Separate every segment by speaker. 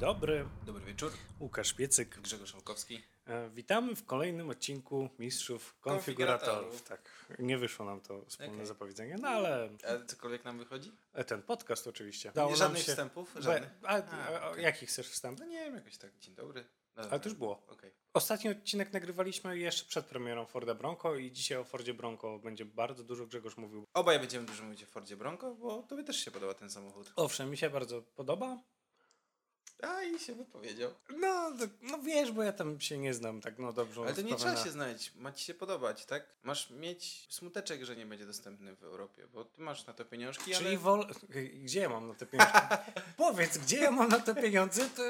Speaker 1: dobry,
Speaker 2: Dobry wieczór.
Speaker 1: Łukasz Piecyk.
Speaker 2: Grzegorz Olkowski.
Speaker 1: Witamy w kolejnym odcinku Mistrzów Konfiguratorów. Tak, nie wyszło nam to wspólne zapowiedzenie, no ale...
Speaker 2: A cokolwiek nam wychodzi?
Speaker 1: Ten podcast oczywiście.
Speaker 2: Żadnych wstępów? Żadnych?
Speaker 1: Okay. Jaki chcesz wstęp?
Speaker 2: No nie wiem, jakoś tak, dzień dobry. No,
Speaker 1: ale to już było.
Speaker 2: Okay.
Speaker 1: Ostatni odcinek nagrywaliśmy jeszcze przed premierą Forda Bronco i dzisiaj o Fordzie Bronco będzie bardzo dużo. Grzegorz mówił.
Speaker 2: Obaj będziemy dużo mówić o Fordzie Bronco, bo tobie też się podoba ten samochód.
Speaker 1: Owszem, mi się bardzo podoba.
Speaker 2: A i się wypowiedział.
Speaker 1: No wiesz, bo ja tam się nie znam tak dobrze.
Speaker 2: Ale to nie trzeba się znać, ma ci się podobać, tak? Masz mieć smuteczek, że nie będzie dostępny w Europie, bo ty masz na to pieniążki,
Speaker 1: czyli gdzie ja mam na te pieniądze? Powiedz, gdzie ja mam na te pieniądze, to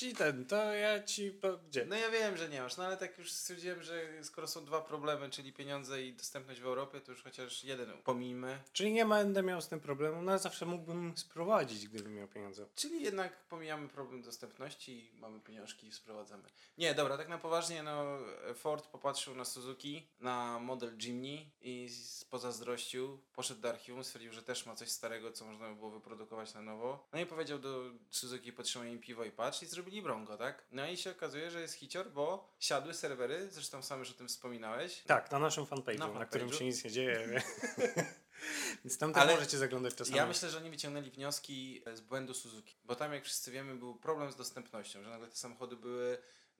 Speaker 1: ja ci gdzie?
Speaker 2: No ja wiem, że nie masz, no ale tak już stwierdziłem, że skoro są dwa problemy, czyli pieniądze i dostępność w Europie, to już chociaż jeden pomijmy.
Speaker 1: Czyli nie będę miał z tym problemu, no ale zawsze mógłbym sprowadzić, gdybym miał pieniądze.
Speaker 2: Czyli jednak pomijamy problem dostępności i mamy pieniążki i sprowadzamy. Nie, dobra, tak na poważnie, Ford popatrzył na Suzuki, na model Jimny i pozazdrościł, poszedł do archiwum, stwierdził, że też ma coś starego, co można by było wyprodukować na nowo. No i powiedział do Suzuki, potrzymaj im piwo i patrz, i zrobili Bronco, tak? No i się okazuje, że jest hicior, bo siadły serwery, zresztą sam już o tym wspominałeś.
Speaker 1: Tak, na naszym fanpage'u, na którym się nic nie dzieje. Więc tam też możecie zaglądać czasami.
Speaker 2: Ja myślę, że oni wyciągnęli wnioski z błędu Suzuki, bo tam, jak wszyscy wiemy, był problem z dostępnością, że nagle te samochody były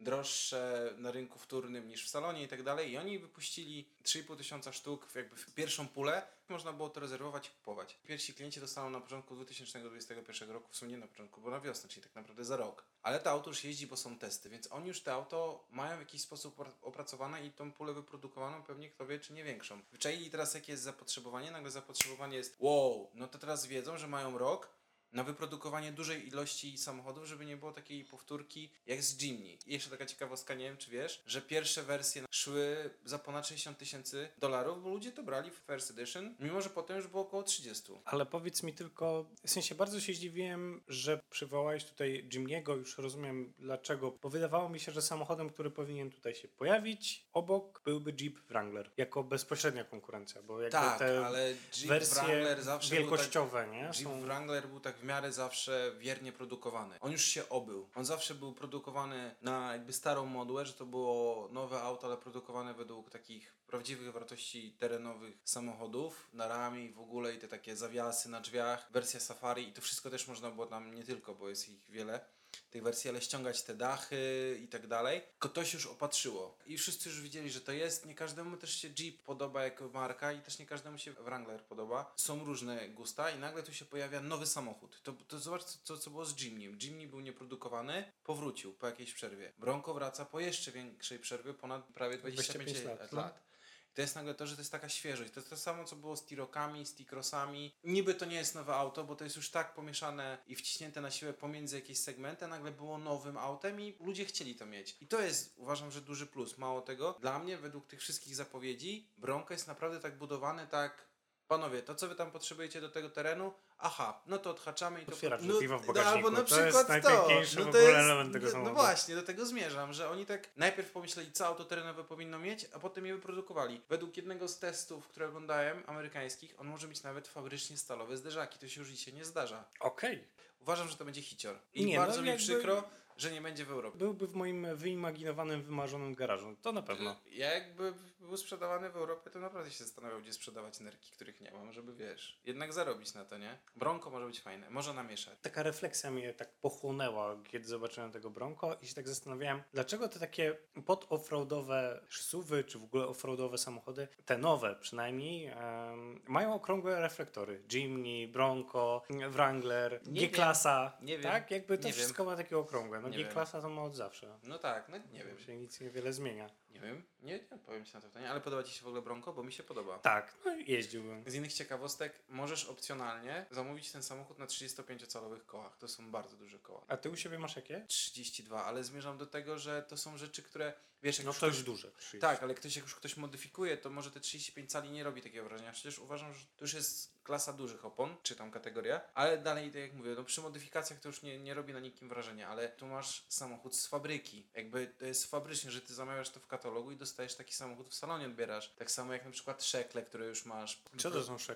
Speaker 2: droższe na rynku wtórnym niż w salonie i tak dalej, i oni wypuścili 3500 sztuk jakby w pierwszą pulę, można było to rezerwować i kupować. Pierwsi klienci dostaną na początku 2021 roku, w sumie nie na początku, bo na wiosnę, czyli tak naprawdę za rok. Ale to auto już jeździ, bo są testy, więc oni już te auto mają w jakiś sposób opracowane i tą pulę wyprodukowaną pewnie kto wie, czy nie większą. Wyczaili teraz, jakie jest zapotrzebowanie, nagle zapotrzebowanie jest wow, no to teraz wiedzą, że mają rok na wyprodukowanie dużej ilości samochodów, żeby nie było takiej powtórki jak z Jimny. I jeszcze taka ciekawostka, nie wiem czy wiesz, że pierwsze wersje szły za ponad $60,000, bo ludzie to brali w First Edition, mimo że potem już było około 30.
Speaker 1: Ale powiedz mi tylko, w sensie bardzo się zdziwiłem, że przywołałeś tutaj Jimny'ego, już rozumiem dlaczego, bo wydawało mi się, że samochodem, który powinien tutaj się pojawić, obok byłby Jeep Wrangler, jako bezpośrednia konkurencja, bo jakby
Speaker 2: tak,
Speaker 1: te
Speaker 2: ale Jeep
Speaker 1: wersje
Speaker 2: Wrangler zawsze
Speaker 1: wielkościowe,
Speaker 2: był
Speaker 1: nie?
Speaker 2: Jeep Wrangler był tak w miarę zawsze wiernie produkowany. On już się obył. On zawsze był produkowany na jakby starą modułę, że to było nowe auto, ale produkowane według takich prawdziwych wartości terenowych samochodów, na ramię i w ogóle, i te takie zawiasy na drzwiach, wersja Safari, i to wszystko też można było tam, nie tylko, bo jest ich wiele, tych wersji, ale ściągać te dachy i tak dalej. Tylko to się już opatrzyło. I wszyscy już widzieli, że to jest. Nie każdemu też się Jeep podoba jako marka i też nie każdemu się Wrangler podoba. Są różne gusta i nagle tu się pojawia nowy samochód. To zobacz, co było z Jimnym. Jimny był nieprodukowany, powrócił po jakiejś przerwie. Bronco wraca po jeszcze większej przerwie, ponad prawie 25 lat. To jest nagle to, że to jest taka świeżość. To jest to samo, co było z T-Rockami, z T-Crossami. Niby to nie jest nowe auto, bo to jest już tak pomieszane i wciśnięte na siłę pomiędzy jakieś segmenty, nagle było nowym autem i ludzie chcieli to mieć. I to jest, uważam, że duży plus. Mało tego, dla mnie, według tych wszystkich zapowiedzi, Bronco jest naprawdę tak budowany, tak... Panowie, to co wy tam potrzebujecie do tego terenu? Aha, no to odhaczamy i to...
Speaker 1: Otwierasz piwo w bagażniku.
Speaker 2: Albo na przykład
Speaker 1: to jest najpiękniejszy w ogóle element tego samochodu.
Speaker 2: No właśnie, do tego zmierzam, że oni tak najpierw pomyśleli, co auto terenowe powinno mieć, a potem je wyprodukowali. Według jednego z testów, które oglądałem, amerykańskich, on może mieć nawet fabrycznie stalowe zderzaki. To się już dzisiaj nie zdarza.
Speaker 1: Okej.
Speaker 2: Uważam, że to będzie hicior. I bardzo mi przykro, że nie będzie w Europie.
Speaker 1: Byłby w moim wyimaginowanym, wymarzonym garażu. To na pewno.
Speaker 2: Ja jakby był sprzedawany w Europie, to naprawdę się zastanawiał, gdzie sprzedawać nerki, których nie mam, żeby jednak zarobić na to, nie? Bronco może być fajne, może namieszać.
Speaker 1: Taka refleksja mnie tak pochłonęła, kiedy zobaczyłem tego Bronco i się tak zastanawiałem, dlaczego te takie pod-offroadowe SUV-y, czy w ogóle offroadowe samochody, te nowe przynajmniej, mają okrągłe reflektory. Jimny, Bronco, Wrangler, G-klasa.
Speaker 2: Nie wiem.
Speaker 1: Tak? Jakby to
Speaker 2: Nie
Speaker 1: wszystko ma takie okrągłe. No
Speaker 2: nie
Speaker 1: G-klasa to ma od zawsze.
Speaker 2: No tak, no nie wiem.
Speaker 1: Się nic niewiele zmienia.
Speaker 2: Nie wiem, nie odpowiem ci na to pytanie, ale podoba ci się w ogóle Bronco? Bo mi się podoba.
Speaker 1: Tak, no jeździłbym.
Speaker 2: Z innych ciekawostek możesz opcjonalnie zamówić ten samochód na 35-calowych kołach. To są bardzo duże koła.
Speaker 1: A ty u siebie masz jakie?
Speaker 2: 32, ale zmierzam do tego, że to są rzeczy, które wiesz, jak
Speaker 1: no to już duże. 30.
Speaker 2: Tak, ale jak już ktoś modyfikuje, to może te 35 cali nie robi takiego wrażenia. Przecież uważam, że to już jest klasa dużych opon, czy tam kategoria, ale dalej, tak jak mówię, no przy modyfikacjach to już nie robi na nikim wrażenia, ale tu masz samochód z fabryki. Jakby to jest fabrycznie, że ty zamawiasz to w katalogu i dostajesz taki samochód w salonie, odbierasz. Tak samo jak na przykład szekle, które już masz.
Speaker 1: Co to są szekle?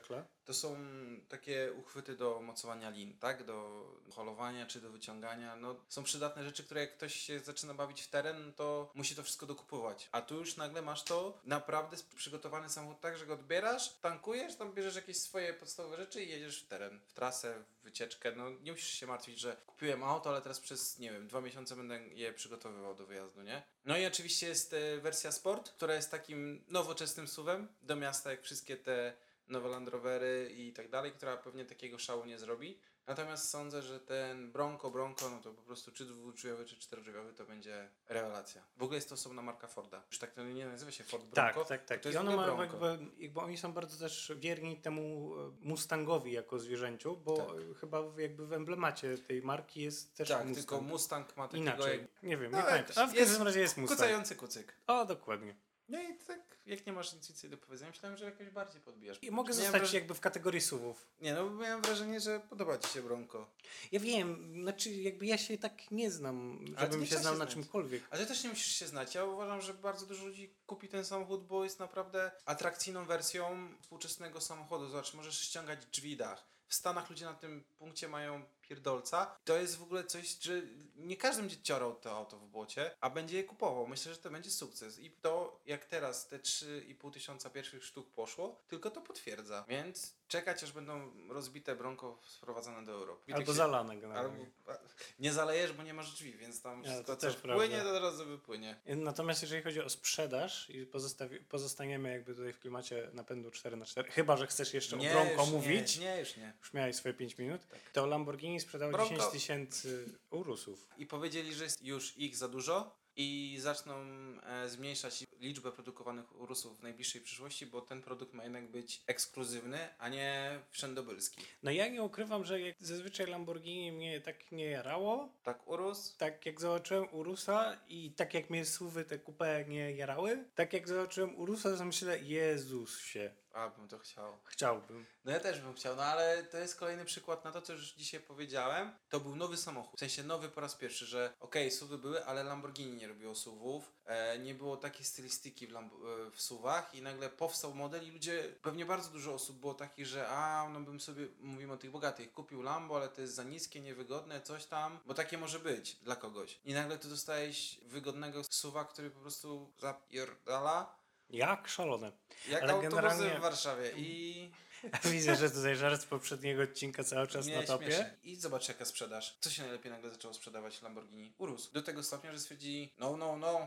Speaker 2: to są takie uchwyty do mocowania lin, tak? Do holowania czy do wyciągania. No, są przydatne rzeczy, które jak ktoś się zaczyna bawić w teren, to musi to wszystko dokupować. A tu już nagle masz to naprawdę przygotowany samochód tak, że go odbierasz, tankujesz, tam bierzesz jakieś swoje podstawowe rzeczy i jedziesz w teren, w trasę, w wycieczkę. No nie musisz się martwić, że kupiłem auto, ale teraz przez, nie wiem, 2 miesiące będę je przygotowywał do wyjazdu, nie? No i oczywiście jest wersja Sport, która jest takim nowoczesnym SUV-em do miasta, jak wszystkie te nowe Land Rovery i tak dalej, która pewnie takiego szału nie zrobi. Natomiast sądzę, że ten Bronco, no to po prostu czy dwudrzwiowy, czy czterodrzwiowy to będzie rewelacja. W ogóle jest to osobna marka Forda. Już tak to nie nazywa się Ford Bronco.
Speaker 1: Tak.
Speaker 2: To
Speaker 1: I
Speaker 2: jest
Speaker 1: ona ma
Speaker 2: Bronco.
Speaker 1: jakby oni są bardzo też wierni temu Mustangowi jako zwierzęciu, bo
Speaker 2: Tak.
Speaker 1: chyba jakby w emblemacie tej marki jest też
Speaker 2: Tak,
Speaker 1: Mustang.
Speaker 2: tylko Mustang ma takiego
Speaker 1: Inaczej.
Speaker 2: jak...
Speaker 1: Nie wiem,
Speaker 2: No,
Speaker 1: nie pamiętam. A w
Speaker 2: jest
Speaker 1: każdym razie jest Mustang.
Speaker 2: kucający kucyk.
Speaker 1: O, dokładnie.
Speaker 2: No i tak, jak nie masz nic więcej do powiedzenia, myślałem, że jakoś bardziej podbijasz.
Speaker 1: I mogę
Speaker 2: Miałem
Speaker 1: zostać jakby w kategorii SUV-ów.
Speaker 2: Nie, no bo miałem wrażenie, że podoba ci się Bronco.
Speaker 1: Ja wiem, znaczy jakby ja się tak nie znam,
Speaker 2: Ale to
Speaker 1: żebym
Speaker 2: nie
Speaker 1: się
Speaker 2: trzeba
Speaker 1: znał
Speaker 2: się
Speaker 1: na
Speaker 2: znać.
Speaker 1: czymkolwiek.
Speaker 2: Ale też nie musisz się znać. Ja uważam, że bardzo dużo ludzi kupi ten samochód, bo jest naprawdę atrakcyjną wersją współczesnego samochodu. Zobacz, możesz ściągać drzwi, dach. W Stanach ludzie na tym punkcie mają pierdolca. To jest w ogóle coś, że nie każdy będzie ciorał to auto w błocie, a będzie je kupował. Myślę, że to będzie sukces. I to, jak teraz te 3,5 tysiąca pierwszych sztuk poszło, tylko to potwierdza. Więc czekać, aż będą rozbite Bronco sprowadzane do Europy.
Speaker 1: Albo zalane generalnie.
Speaker 2: Albo nie zalejesz, bo nie masz drzwi, więc tam
Speaker 1: Ja,
Speaker 2: wszystko
Speaker 1: to
Speaker 2: co
Speaker 1: też
Speaker 2: wpłynie,
Speaker 1: prawda.
Speaker 2: to od razu wypłynie.
Speaker 1: Natomiast jeżeli chodzi o sprzedaż i pozostaniemy jakby tutaj w klimacie napędu 4x4, chyba że chcesz jeszcze o Bronco
Speaker 2: już
Speaker 1: mówić,
Speaker 2: Nie, już nie.
Speaker 1: już miałeś swoje 5 minut,
Speaker 2: Tak.
Speaker 1: to Lamborghini sprzedało
Speaker 2: Bronco.
Speaker 1: 10 tysięcy Urusów.
Speaker 2: I powiedzieli, że jest już ich za dużo i zaczną zmniejszać liczbę produkowanych Urusów w najbliższej przyszłości, bo ten produkt ma jednak być ekskluzywny, a nie wszędobylski.
Speaker 1: No ja nie ukrywam, że jak zazwyczaj Lamborghini mnie tak nie jarało,
Speaker 2: Tak, Urus?
Speaker 1: tak jak zobaczyłem Urusa i tak jak mnie SUVy te coupe nie jarały, tak jak zobaczyłem Urusa, to myślę, Jezusie,
Speaker 2: A, bym to chciał.
Speaker 1: chciałbym.
Speaker 2: No ja też bym chciał, no ale to jest kolejny przykład na to, co już dzisiaj powiedziałem. To był nowy samochód, w sensie nowy po raz pierwszy, że okej, SUVy były, ale Lamborghini nie robiło SUVów, nie było takiej stylistyki w SUVach i nagle powstał model i ludzie, pewnie bardzo dużo osób było takich, że no bym sobie, mówimy o tych bogatych, kupił Lambo, ale to jest za niskie, niewygodne, coś tam, bo takie może być dla kogoś. I nagle tu dostałeś wygodnego SUVa, który po prostu zapierdala,
Speaker 1: Jak szalone.
Speaker 2: jak
Speaker 1: Ale
Speaker 2: autobusy
Speaker 1: generalnie-
Speaker 2: w Warszawie i...
Speaker 1: Widzę, że tutaj żart z poprzedniego odcinka cały czas na topie.
Speaker 2: Śmiesznie. I zobacz jaka sprzedaż. Co się najlepiej nagle zaczęło sprzedawać Lamborghini? Urósł. Do tego stopnia, że stwierdzili no,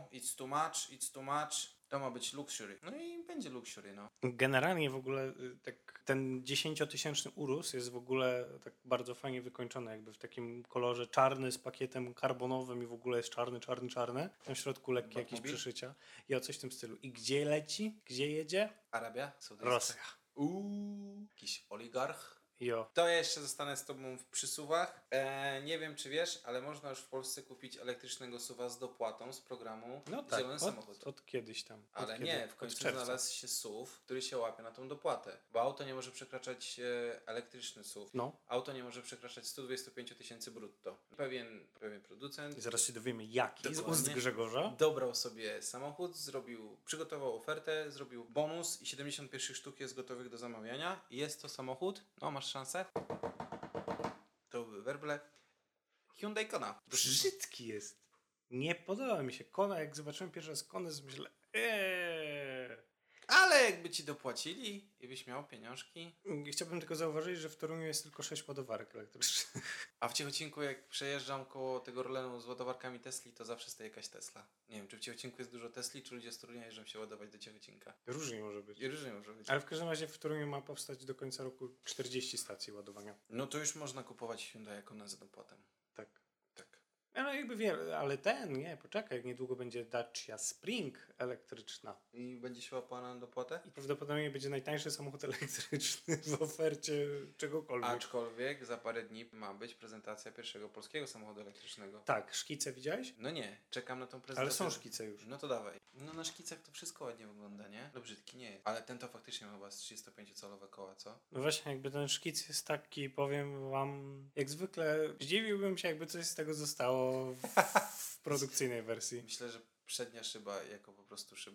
Speaker 2: it's too much. To ma być luxury. No i będzie luxury, no.
Speaker 1: Generalnie w ogóle tak ten 10-tysięczny Urus jest w ogóle tak bardzo fajnie wykończony, jakby w takim kolorze czarny z pakietem karbonowym i w ogóle jest czarny. Tam w środku lekkie jakieś
Speaker 2: Batmobil?
Speaker 1: przyszycia. I o coś w tym stylu. I gdzie leci? Gdzie jedzie?
Speaker 2: Arabia Saudyjska.
Speaker 1: Rosja.
Speaker 2: Jakiś oligarch.
Speaker 1: Jo.
Speaker 2: To ja jeszcze zostanę z tobą w przysuwach. Nie wiem czy wiesz, ale można już w Polsce kupić elektrycznego suwa z dopłatą z programu
Speaker 1: No tak,
Speaker 2: Zielony Samochód.
Speaker 1: od kiedyś tam. Od
Speaker 2: Ale
Speaker 1: kiedy?
Speaker 2: nie, w
Speaker 1: Od
Speaker 2: końcu
Speaker 1: czerwca.
Speaker 2: znalazł się SUV, który się łapie na tą dopłatę. Bo auto nie może przekraczać elektryczny SUV.
Speaker 1: No.
Speaker 2: Auto nie może przekraczać 125 tysięcy brutto. Pewien producent
Speaker 1: I zaraz się dowiemy jaki z ust
Speaker 2: Dokładnie.
Speaker 1: Grzegorza.
Speaker 2: dobrał sobie samochód, przygotował ofertę, zrobił bonus i 71 sztuk jest gotowych do zamawiania. I jest to samochód, no masz szansę. To były werble. Hyundai Kona.
Speaker 1: Brzydki jest. Nie podoba mi się Kona. Jak zobaczyłem pierwszy raz Konę, to myślę,
Speaker 2: Ale jakby ci dopłacili i byś miał pieniążki.
Speaker 1: Chciałbym tylko zauważyć, że w Toruniu jest tylko 6 ładowarek elektrycznych.
Speaker 2: A w Ciechocinku jak przejeżdżam koło tego Orlenu z ładowarkami Tesli, to zawsze stoi jakaś Tesla. Nie wiem, czy w Ciechocinku jest dużo Tesli, czy ludzie z Torunia jeżdżą się ładować do Ciechocinka.
Speaker 1: Różnie może być.
Speaker 2: I różnie może być.
Speaker 1: Ale w każdym razie w Toruniu ma powstać do końca roku 40 stacji ładowania.
Speaker 2: No to już można kupować Hyundai Kona za dopłatę.
Speaker 1: Tak.
Speaker 2: Tak.
Speaker 1: No jakby ale poczekaj, niedługo będzie Dacia Spring elektryczna.
Speaker 2: I będzie się łapana na dopłatę?
Speaker 1: I prawdopodobnie będzie najtańszy samochód elektryczny w ofercie czegokolwiek.
Speaker 2: Aczkolwiek za parę dni ma być prezentacja pierwszego polskiego samochodu elektrycznego.
Speaker 1: Tak, szkice widziałeś?
Speaker 2: No nie, czekam na tą prezentację.
Speaker 1: Ale są szkice już.
Speaker 2: No to dawaj. No na szkicach to wszystko ładnie wygląda, nie? No brzydki nie jest. Ale ten to faktycznie ma chyba z 35-calowe koła, co?
Speaker 1: No właśnie, jakby ten szkic jest taki, powiem wam, jak zwykle zdziwiłbym się, jakby coś z tego zostało w produkcyjnej wersji.
Speaker 2: Myślę, że przednia szyba jako po prostu szyba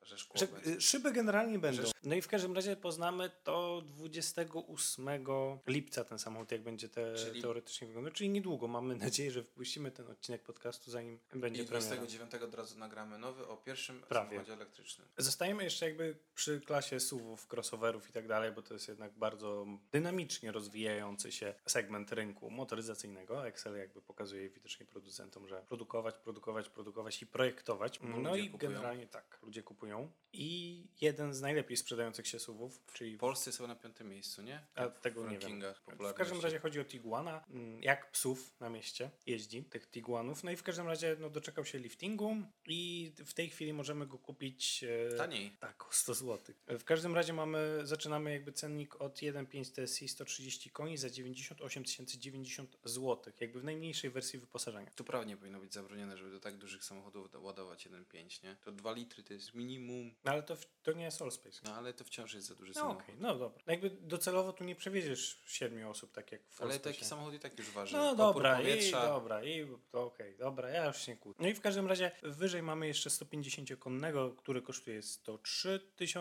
Speaker 2: że szkło będzie.
Speaker 1: Szyby generalnie będą.
Speaker 2: Że-
Speaker 1: No i w każdym razie poznamy to 28 lipca ten samochód, jak będzie
Speaker 2: Czyli-
Speaker 1: teoretycznie wyglądał. Czyli niedługo. Mamy nadzieję, że wpuścimy ten odcinek podcastu, zanim będzie
Speaker 2: I
Speaker 1: premiera.
Speaker 2: 29 od razu nagramy nowy o pierwszym
Speaker 1: Prawie.
Speaker 2: samochodzie elektrycznym.
Speaker 1: Zostajemy jeszcze jakby przy klasie SUV-ów, crossoverów i tak dalej, bo to jest jednak bardzo dynamicznie rozwijający się segment rynku motoryzacyjnego. Excel jakby pokazuje widocznie producentom, że produkować i projektować.
Speaker 2: Bo
Speaker 1: No
Speaker 2: ludzie
Speaker 1: i
Speaker 2: kupują.
Speaker 1: generalnie tak, ludzie kupują. I jeden z najlepiej sprzedających się SUV-ów, czyli
Speaker 2: W Polsce są na 5. miejscu, nie?
Speaker 1: A
Speaker 2: W
Speaker 1: tego nie wiem.
Speaker 2: rankingach
Speaker 1: w
Speaker 2: popularności.
Speaker 1: każdym razie chodzi o Tiguana, jak psów na mieście jeździ, tych Tiguanów. No i w każdym razie doczekał się liftingu i w tej chwili możemy go kupić
Speaker 2: Taniej.
Speaker 1: tak, o 100 zł. W każdym razie zaczynamy jakby cennik od 1.5 TSI 130 koni za 98 090 zł, jakby w najmniejszej wersji wyposażenia.
Speaker 2: Tu prawnie powinno być zabronione, żeby do tak dużych samochodów ładować 1.5, nie? To 2 litry to jest minimum,
Speaker 1: No ale to nie jest Allspace.
Speaker 2: no ale to wciąż jest za duży
Speaker 1: No
Speaker 2: samochód.
Speaker 1: okej, no dobra. No jakby docelowo tu nie przewieziesz 7 osób, tak jak w
Speaker 2: Ale
Speaker 1: Allspace'ie.
Speaker 2: taki samochód i tak już waży.
Speaker 1: No
Speaker 2: Opór
Speaker 1: dobra,
Speaker 2: powietrza.
Speaker 1: to okej, dobra, ja już się kłócę. No i w każdym razie wyżej mamy jeszcze 150-konnego, który kosztuje 103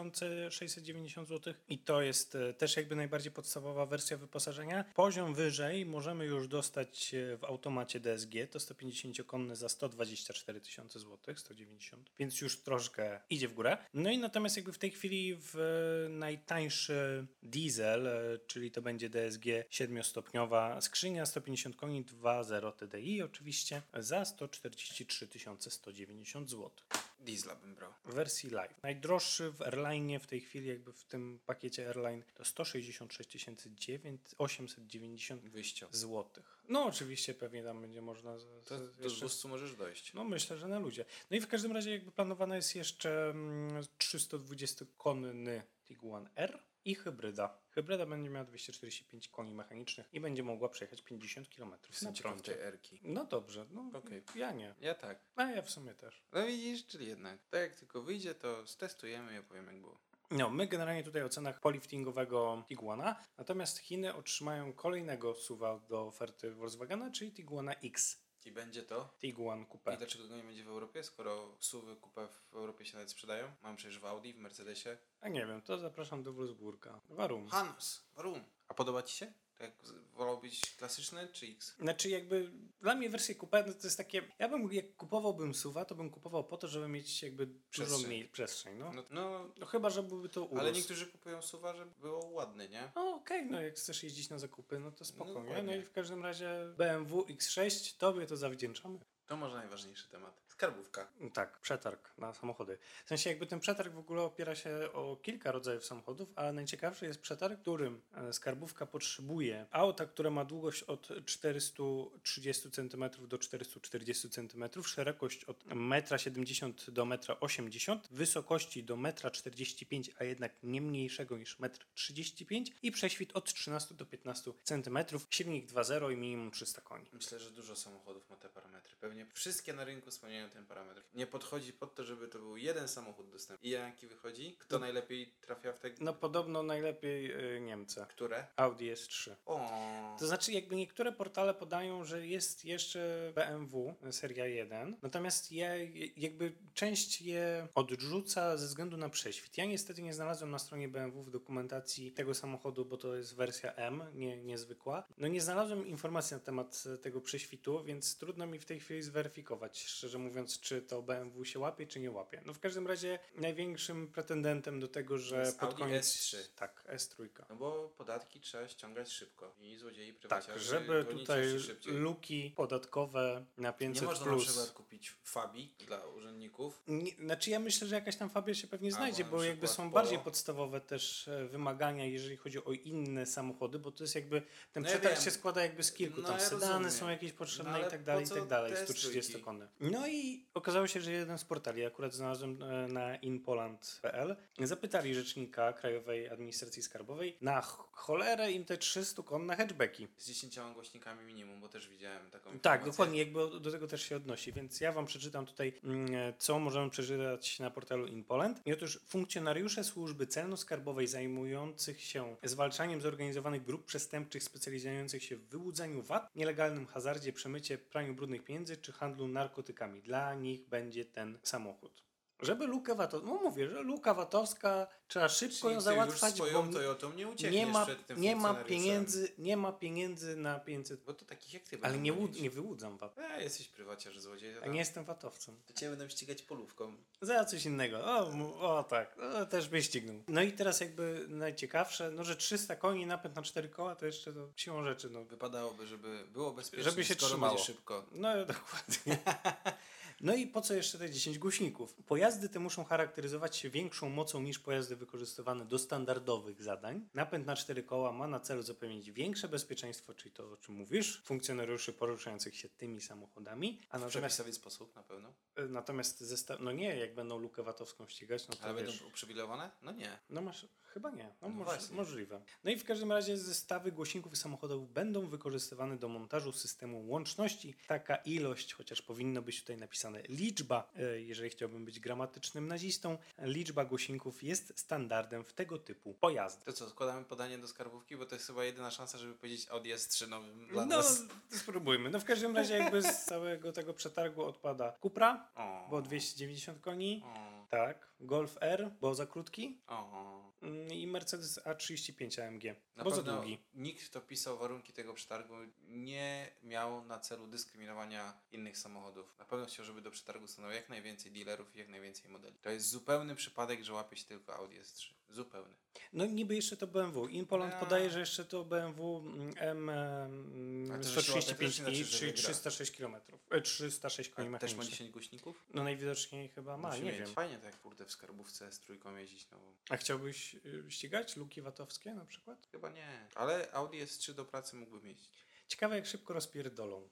Speaker 1: 690 zł i to jest też jakby najbardziej podstawowa wersja wyposażenia. Poziom wyżej możemy już dostać w automacie DSG, to 150-konny za 124 000 zł, 190, więc już troszkę idzie w górę. No i natomiast jakby w tej chwili w najtańszy diesel, czyli to będzie DSG 7-stopniowa skrzynia, 150 koni, 2.0 TDI oczywiście, za 143 190 zł.
Speaker 2: Diesla bym brał.
Speaker 1: W wersji Live. Najdroższy w Airline w tej chwili, jakby w tym pakiecie Airline, to 166 890
Speaker 2: Wyjściowy.
Speaker 1: zł. No oczywiście pewnie tam będzie można
Speaker 2: To do
Speaker 1: jeszcze
Speaker 2: 200 możesz dojść.
Speaker 1: no myślę, że na ludzie. No i w każdym razie jakby planowana jest jeszcze 320-konny Tiguan R i hybryda. Hybryda będzie miała 245 koni mechanicznych i będzie mogła przejechać 50 km na
Speaker 2: Jestem ciekaw tej
Speaker 1: prądzie.
Speaker 2: erki.
Speaker 1: No dobrze, no
Speaker 2: Okej.
Speaker 1: ja nie.
Speaker 2: Ja tak.
Speaker 1: A ja w sumie też.
Speaker 2: No widzisz, czyli jednak. Tak jak tylko wyjdzie, to stestujemy i opowiem jak było.
Speaker 1: No, my generalnie tutaj o cenach poliftingowego Tiguana, natomiast Chiny otrzymają kolejnego SUV-a do oferty Volkswagena, czyli Tiguana X.
Speaker 2: I będzie to?
Speaker 1: Tiguan
Speaker 2: I
Speaker 1: Coupe.
Speaker 2: dlaczego go nie będzie w Europie, skoro SUV-y kupę w Europie się nawet sprzedają? Mam przecież w Audi, w Mercedesie.
Speaker 1: A nie wiem, to zapraszam do Wolfsburga. Warum?
Speaker 2: Hanus, warum? A podoba Ci się? Tak, wolałbyś klasyczny czy X?
Speaker 1: Znaczy jakby dla mnie wersja coupe no to jest takie, jak kupowałbym SUV-a, to bym kupował po to, żeby mieć jakby dużą
Speaker 2: Przestrzeń.
Speaker 1: przestrzeń, no.
Speaker 2: No,
Speaker 1: No chyba, że byłby to urósł.
Speaker 2: ale niektórzy kupują SUV-a, żeby było ładny, nie?
Speaker 1: No okej, no jak chcesz jeździć na zakupy, no to spoko, nie? No
Speaker 2: dokładnie.
Speaker 1: i w każdym razie BMW X6, tobie to zawdzięczamy.
Speaker 2: To może najważniejszy temat. Skarbówka.
Speaker 1: Tak, przetarg na samochody. W sensie jakby ten przetarg w ogóle opiera się o kilka rodzajów samochodów, ale najciekawszy jest przetarg, w którym skarbówka potrzebuje auta, które ma długość od 430 cm do 440 cm, szerokość od 1,70 m do 1,80 m, wysokości do 1,45 m, a jednak nie mniejszego niż 1,35 m i prześwit od 13 do 15 cm, silnik 2.0 i minimum 300 koni.
Speaker 2: Myślę, że dużo samochodów ma te parametry. Pewnie wszystkie na rynku spełniają ten parametr. Nie podchodzi pod to, żeby to był jeden samochód dostępny. I jaki wychodzi? Kto najlepiej trafia w te...
Speaker 1: No podobno najlepiej Niemcy.
Speaker 2: Które?
Speaker 1: Audi S3.
Speaker 2: O.
Speaker 1: To znaczy jakby niektóre portale podają, że jest jeszcze BMW seria 1, natomiast jakby część je odrzuca ze względu na prześwit. Ja niestety nie znalazłem na stronie BMW w dokumentacji tego samochodu, bo to jest wersja M, niezwykła. No nie znalazłem informacji na temat tego prześwitu, więc trudno mi w tej chwili zweryfikować, szczerze mówiąc, czy to BMW się łapie, czy nie łapie. No w każdym razie największym pretendentem do tego, że
Speaker 2: jest
Speaker 1: pod
Speaker 2: Audi
Speaker 1: koniec...
Speaker 2: S3.
Speaker 1: Tak, S3.
Speaker 2: No bo podatki trzeba ściągać szybko. I złodziei
Speaker 1: Tak,
Speaker 2: prywaciarzy
Speaker 1: żeby
Speaker 2: gonić
Speaker 1: tutaj
Speaker 2: jeszcze szybciej.
Speaker 1: luki podatkowe na 500+.
Speaker 2: Nie można na przykład kupić Fabii dla urzędników.
Speaker 1: Znaczy ja myślę, że jakaś tam Fabia się pewnie znajdzie,
Speaker 2: na
Speaker 1: bo jakby
Speaker 2: przykład
Speaker 1: są
Speaker 2: Polo.
Speaker 1: bardziej podstawowe też wymagania, jeżeli chodzi o inne samochody, bo to jest jakby, ten
Speaker 2: No ja
Speaker 1: przetarg
Speaker 2: wiem.
Speaker 1: się składa jakby z kilku,
Speaker 2: No
Speaker 1: tam
Speaker 2: ja
Speaker 1: sedany
Speaker 2: rozumiem.
Speaker 1: są jakieś potrzebne
Speaker 2: No ale
Speaker 1: i tak dalej,
Speaker 2: po
Speaker 1: i
Speaker 2: co
Speaker 1: tak dalej,
Speaker 2: te
Speaker 1: 130
Speaker 2: trójki?
Speaker 1: konny. No i okazało się, że jeden z portali, akurat znalazłem na inpoland.pl, zapytali rzecznika Krajowej Administracji Skarbowej, na cholerę im te 300 konne hatchbacki.
Speaker 2: Z 10 głośnikami minimum, bo też widziałem taką
Speaker 1: Tak,
Speaker 2: informację.
Speaker 1: dokładnie, jakby do tego też się odnosi, więc ja wam przeczytam tutaj, co możemy przeczytać na portalu InPoland. I otóż funkcjonariusze służby celno-skarbowej zajmujących się zwalczaniem zorganizowanych grup przestępczych specjalizujących się w wyłudzaniu VAT, nielegalnym hazardzie, przemycie, praniu brudnych pieniędzy czy handlu narkotykami. Dla nich będzie ten samochód. Żeby lukę VAT-owską, no mówię, że luka VAT-owska trzeba szybko ją
Speaker 2: Czyli ty
Speaker 1: załatwiać,
Speaker 2: już swoją
Speaker 1: bo
Speaker 2: Toyotą nie
Speaker 1: nie
Speaker 2: uciekniesz
Speaker 1: ma,
Speaker 2: przed tym
Speaker 1: nie ma
Speaker 2: funkcjonariuszem.
Speaker 1: pieniędzy na 500,
Speaker 2: Bo to takich jak ty
Speaker 1: ale
Speaker 2: będą gonić.
Speaker 1: nie wyłudzam VAT.
Speaker 2: Jesteś prywaciarz, złodziej.
Speaker 1: A nie jestem VAT-owcem.
Speaker 2: To cię będą ścigać polówką.
Speaker 1: Za coś innego. O tak, też by ścignął. No i teraz jakby najciekawsze, no że 300 koni napęd na 4 koła to jeszcze to siłą rzeczy, no.
Speaker 2: Wypadałoby, żeby było bezpiecznie,
Speaker 1: Żeby się
Speaker 2: skoro
Speaker 1: trzymało.
Speaker 2: będzie szybko.
Speaker 1: No dokładnie. No i po co jeszcze te 10 głośników? Pojazdy te muszą charakteryzować się większą mocą niż pojazdy wykorzystywane do standardowych zadań. Napęd na 4 koła ma na celu zapewnić większe bezpieczeństwo, czyli to, o czym mówisz, funkcjonariuszy poruszających się tymi samochodami. A
Speaker 2: W
Speaker 1: natomiast,
Speaker 2: przepisowy sposób na pewno.
Speaker 1: no nie, jak będą lukę VAT-owską ścigać, no to
Speaker 2: Ale
Speaker 1: wiesz,
Speaker 2: będą uprzywilejowane? No nie.
Speaker 1: no masz, chyba nie, no,
Speaker 2: No właśnie.
Speaker 1: możliwe. No i w każdym razie zestawy głośników i samochodów będą wykorzystywane do montażu systemu łączności. Taka ilość, chociaż powinno być tutaj napisane liczba, jeżeli chciałbym być gramatycznym nazistą, liczba głośników jest standardem w tego typu pojazdach.
Speaker 2: To co, składamy podanie do skarbówki, bo to jest chyba jedyna szansa, żeby powiedzieć Audi S3 nowym dla
Speaker 1: No,
Speaker 2: nas.
Speaker 1: spróbujmy. No w każdym razie jakby z całego tego przetargu odpada Cupra,
Speaker 2: O,
Speaker 1: bo 290 koni,
Speaker 2: o,
Speaker 1: tak, Golf R, bo za krótki
Speaker 2: o.
Speaker 1: i Mercedes A35 AMG,
Speaker 2: Na
Speaker 1: bo za
Speaker 2: pewno
Speaker 1: długi.
Speaker 2: nikt, kto pisał warunki tego przetargu, nie miał na celu dyskryminowania innych samochodów. Na pewno chciał, żeby do przetargu stanęło jak najwięcej dealerów i jak najwięcej modeli. To jest zupełny przypadek, że łapie się tylko Audi S3. Zupełny.
Speaker 1: No niby jeszcze to BMW. Inpoland
Speaker 2: Ja.
Speaker 1: podaje, że jeszcze to BMW
Speaker 2: Ale to, że się łapie, też
Speaker 1: 135
Speaker 2: nie znaczy,
Speaker 1: i
Speaker 2: że
Speaker 1: czyli
Speaker 2: wygra.
Speaker 1: 306 km. 306 koni
Speaker 2: Też ma
Speaker 1: mechanicznych.
Speaker 2: 10 głośników?
Speaker 1: No najwidoczniej chyba ma,
Speaker 2: Musi
Speaker 1: nie
Speaker 2: mieć.
Speaker 1: wiem.
Speaker 2: Fajnie tak kurde w skarbówce z trójką jeździć. No,
Speaker 1: A chciałbyś ścigać luki VAT-owskie na przykład?
Speaker 2: chyba nie. Ale Audi S3 do pracy mógłbym jeździć.
Speaker 1: Ciekawe jak szybko rozpierdolą.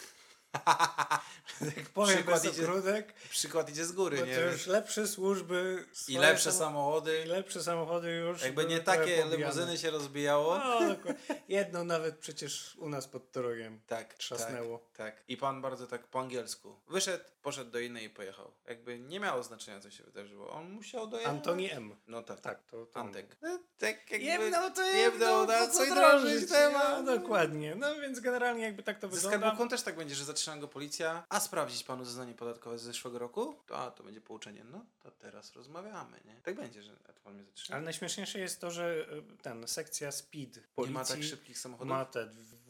Speaker 1: Jak powiem
Speaker 2: Przykład
Speaker 1: bez
Speaker 2: idzie-
Speaker 1: ogródek,
Speaker 2: Przykład idzie z góry,
Speaker 1: bo
Speaker 2: nie?
Speaker 1: to już lepsze służby
Speaker 2: I
Speaker 1: swoje
Speaker 2: lepsze
Speaker 1: i
Speaker 2: samochody.
Speaker 1: lepsze samochody już.
Speaker 2: Jakby nie
Speaker 1: były trochę
Speaker 2: takie
Speaker 1: pobijane.
Speaker 2: limuzyny się rozbijało.
Speaker 1: No, dokładnie. Jedną nawet przecież u nas pod torogiem
Speaker 2: Tak,
Speaker 1: trzasnęło.
Speaker 2: tak. I pan bardzo tak po angielsku. Wyszedł, poszedł do innej i pojechał. Jakby nie miało znaczenia, co się wydarzyło. On musiał dojechać.
Speaker 1: Antoni M.
Speaker 2: No tak.
Speaker 1: Tak, to
Speaker 2: Antek. No, tak jakby
Speaker 1: Jebnął to
Speaker 2: jebnął, na
Speaker 1: po
Speaker 2: co
Speaker 1: drążyć
Speaker 2: drążyć temat.
Speaker 1: No, dokładnie. No więc generalnie jakby tak to
Speaker 2: Ze
Speaker 1: wygląda.
Speaker 2: skarbówką też tak będzie, że zatrzyma go policja. A sprawdzić panu zeznanie podatkowe z zeszłego roku? To będzie pouczenie. No to teraz rozmawiamy, nie? Tak będzie, że to pan mnie zatrzyma.
Speaker 1: Ale najśmieszniejsze jest to, że sekcja Speed
Speaker 2: Nie
Speaker 1: policji
Speaker 2: ma tak szybkich samochodów?
Speaker 1: ma te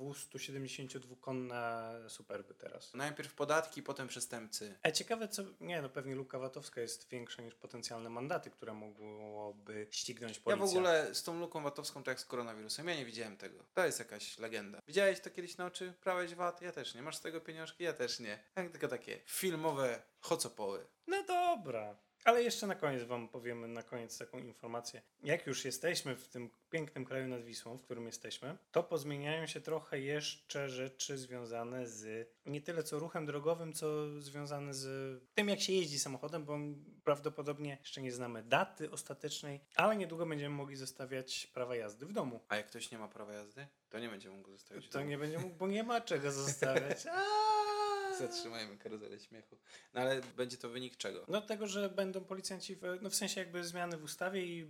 Speaker 1: 272-konne Superby teraz.
Speaker 2: Najpierw podatki, potem przestępcy.
Speaker 1: A ciekawe co, nie no pewnie luka VAT-owska jest większa niż potencjalne mandaty, które mogłoby ścignąć
Speaker 2: Ja
Speaker 1: policja.
Speaker 2: w ogóle z tą luką VAT-owską to jak z koronawirusem. Ja nie widziałem tego. To jest jakaś legenda. Widziałeś to kiedyś na oczy? Brałeś VAT? Ja też nie. Masz z tego pieniążki? Ja też nie. Tak, tylko takie filmowe chocopoły.
Speaker 1: No dobra. Ale jeszcze na koniec wam powiemy na koniec taką informację. Jak już jesteśmy w tym pięknym kraju nad Wisłą, w którym jesteśmy, to pozmieniają się trochę jeszcze rzeczy związane z nie tyle co ruchem drogowym, co związane z tym, jak się jeździ samochodem, bo prawdopodobnie jeszcze nie znamy daty ostatecznej, ale niedługo będziemy mogli zostawiać prawa jazdy w domu.
Speaker 2: A jak ktoś nie ma prawa jazdy, to nie będzie mógł zostawić. w
Speaker 1: To
Speaker 2: domu.
Speaker 1: nie będzie mógł, bo nie ma czego zostawiać.
Speaker 2: Zatrzymajmy karuzelę śmiechu. No ale będzie to wynik czego?
Speaker 1: No tego, że będą policjanci, no w sensie jakby zmiany w ustawie i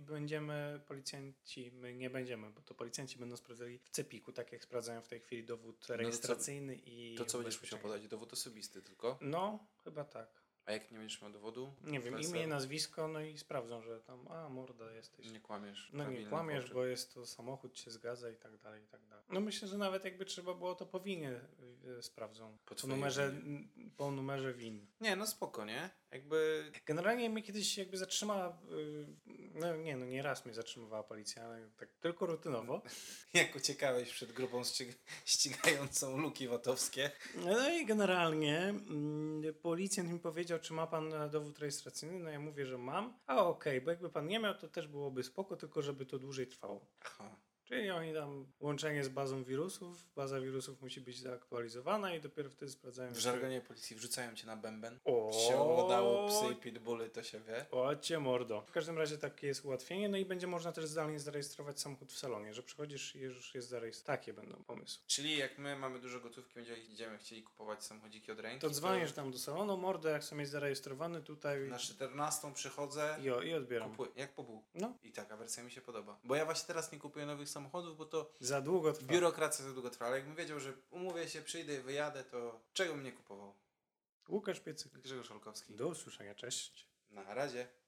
Speaker 1: my nie będziemy, bo to policjanci będą sprawdzali w CEPiK-u, tak jak sprawdzają w tej chwili dowód rejestracyjny i
Speaker 2: To co będziesz musiał
Speaker 1: ubezpieczenie.
Speaker 2: podać? Dowód osobisty tylko?
Speaker 1: No, chyba tak.
Speaker 2: A jak nie będziesz miał dowodu?
Speaker 1: Nie wiem,
Speaker 2: PESEL?
Speaker 1: imię, nazwisko, no i sprawdzą, że tam, morda jesteś.
Speaker 2: Nie kłamiesz.
Speaker 1: No nie
Speaker 2: prawilny
Speaker 1: kłamiesz,
Speaker 2: poczyn.
Speaker 1: bo jest to samochód, się zgadza i tak dalej, i tak dalej. No myślę, że nawet jakby trzeba było, to powinien sprawdzą.
Speaker 2: Po
Speaker 1: Po
Speaker 2: twojej
Speaker 1: numerze WIN.
Speaker 2: Nie, no spoko, nie? Jakby...
Speaker 1: Generalnie mnie kiedyś jakby zatrzymała, nie raz mnie zatrzymywała policja, ale tak tylko rutynowo.
Speaker 2: Jak uciekałeś przed grupą ścigającą luki VAT-owskie.
Speaker 1: No i generalnie policjant mi powiedział, czy ma pan dowód rejestracyjny, no ja mówię, że mam. A okej, bo jakby pan nie miał, to też byłoby spoko, tylko żeby to dłużej trwało.
Speaker 2: Aha.
Speaker 1: Czyli oni tam łączenie z bazą wirusów, baza wirusów musi być zaktualizowana i dopiero wtedy sprawdzają.
Speaker 2: W żargonie policji wrzucają cię na bęben.
Speaker 1: O,
Speaker 2: Się udało psy i pitbully, to się wie.
Speaker 1: Łacie mordo. W każdym razie takie jest ułatwienie, no i będzie można też zdalnie zarejestrować samochód w salonie, że przychodzisz i już jest zarejestrowany. Takie będą pomysły.
Speaker 2: Czyli jak my mamy dużo gotówki, będziemy chcieli kupować samochodziki od ręki,
Speaker 1: To dzwonisz tam do salonu, mordo, jak sam jest zarejestrowany tutaj
Speaker 2: na 14 przychodzę,
Speaker 1: i odbieram.
Speaker 2: kupuję, jak po bułku.
Speaker 1: No,
Speaker 2: I taka wersja mi się podoba. Bo ja właśnie teraz nie kupuję nowych samochodów, bo to
Speaker 1: za długo trwa.
Speaker 2: biurokracja za długo trwa. Ale jakbym wiedział, że umówię się, przyjdę i wyjadę, to czego bym nie kupował?
Speaker 1: Łukasz Piecyk.
Speaker 2: Grzegorz Olkowski.
Speaker 1: Do usłyszenia, cześć.
Speaker 2: Na razie.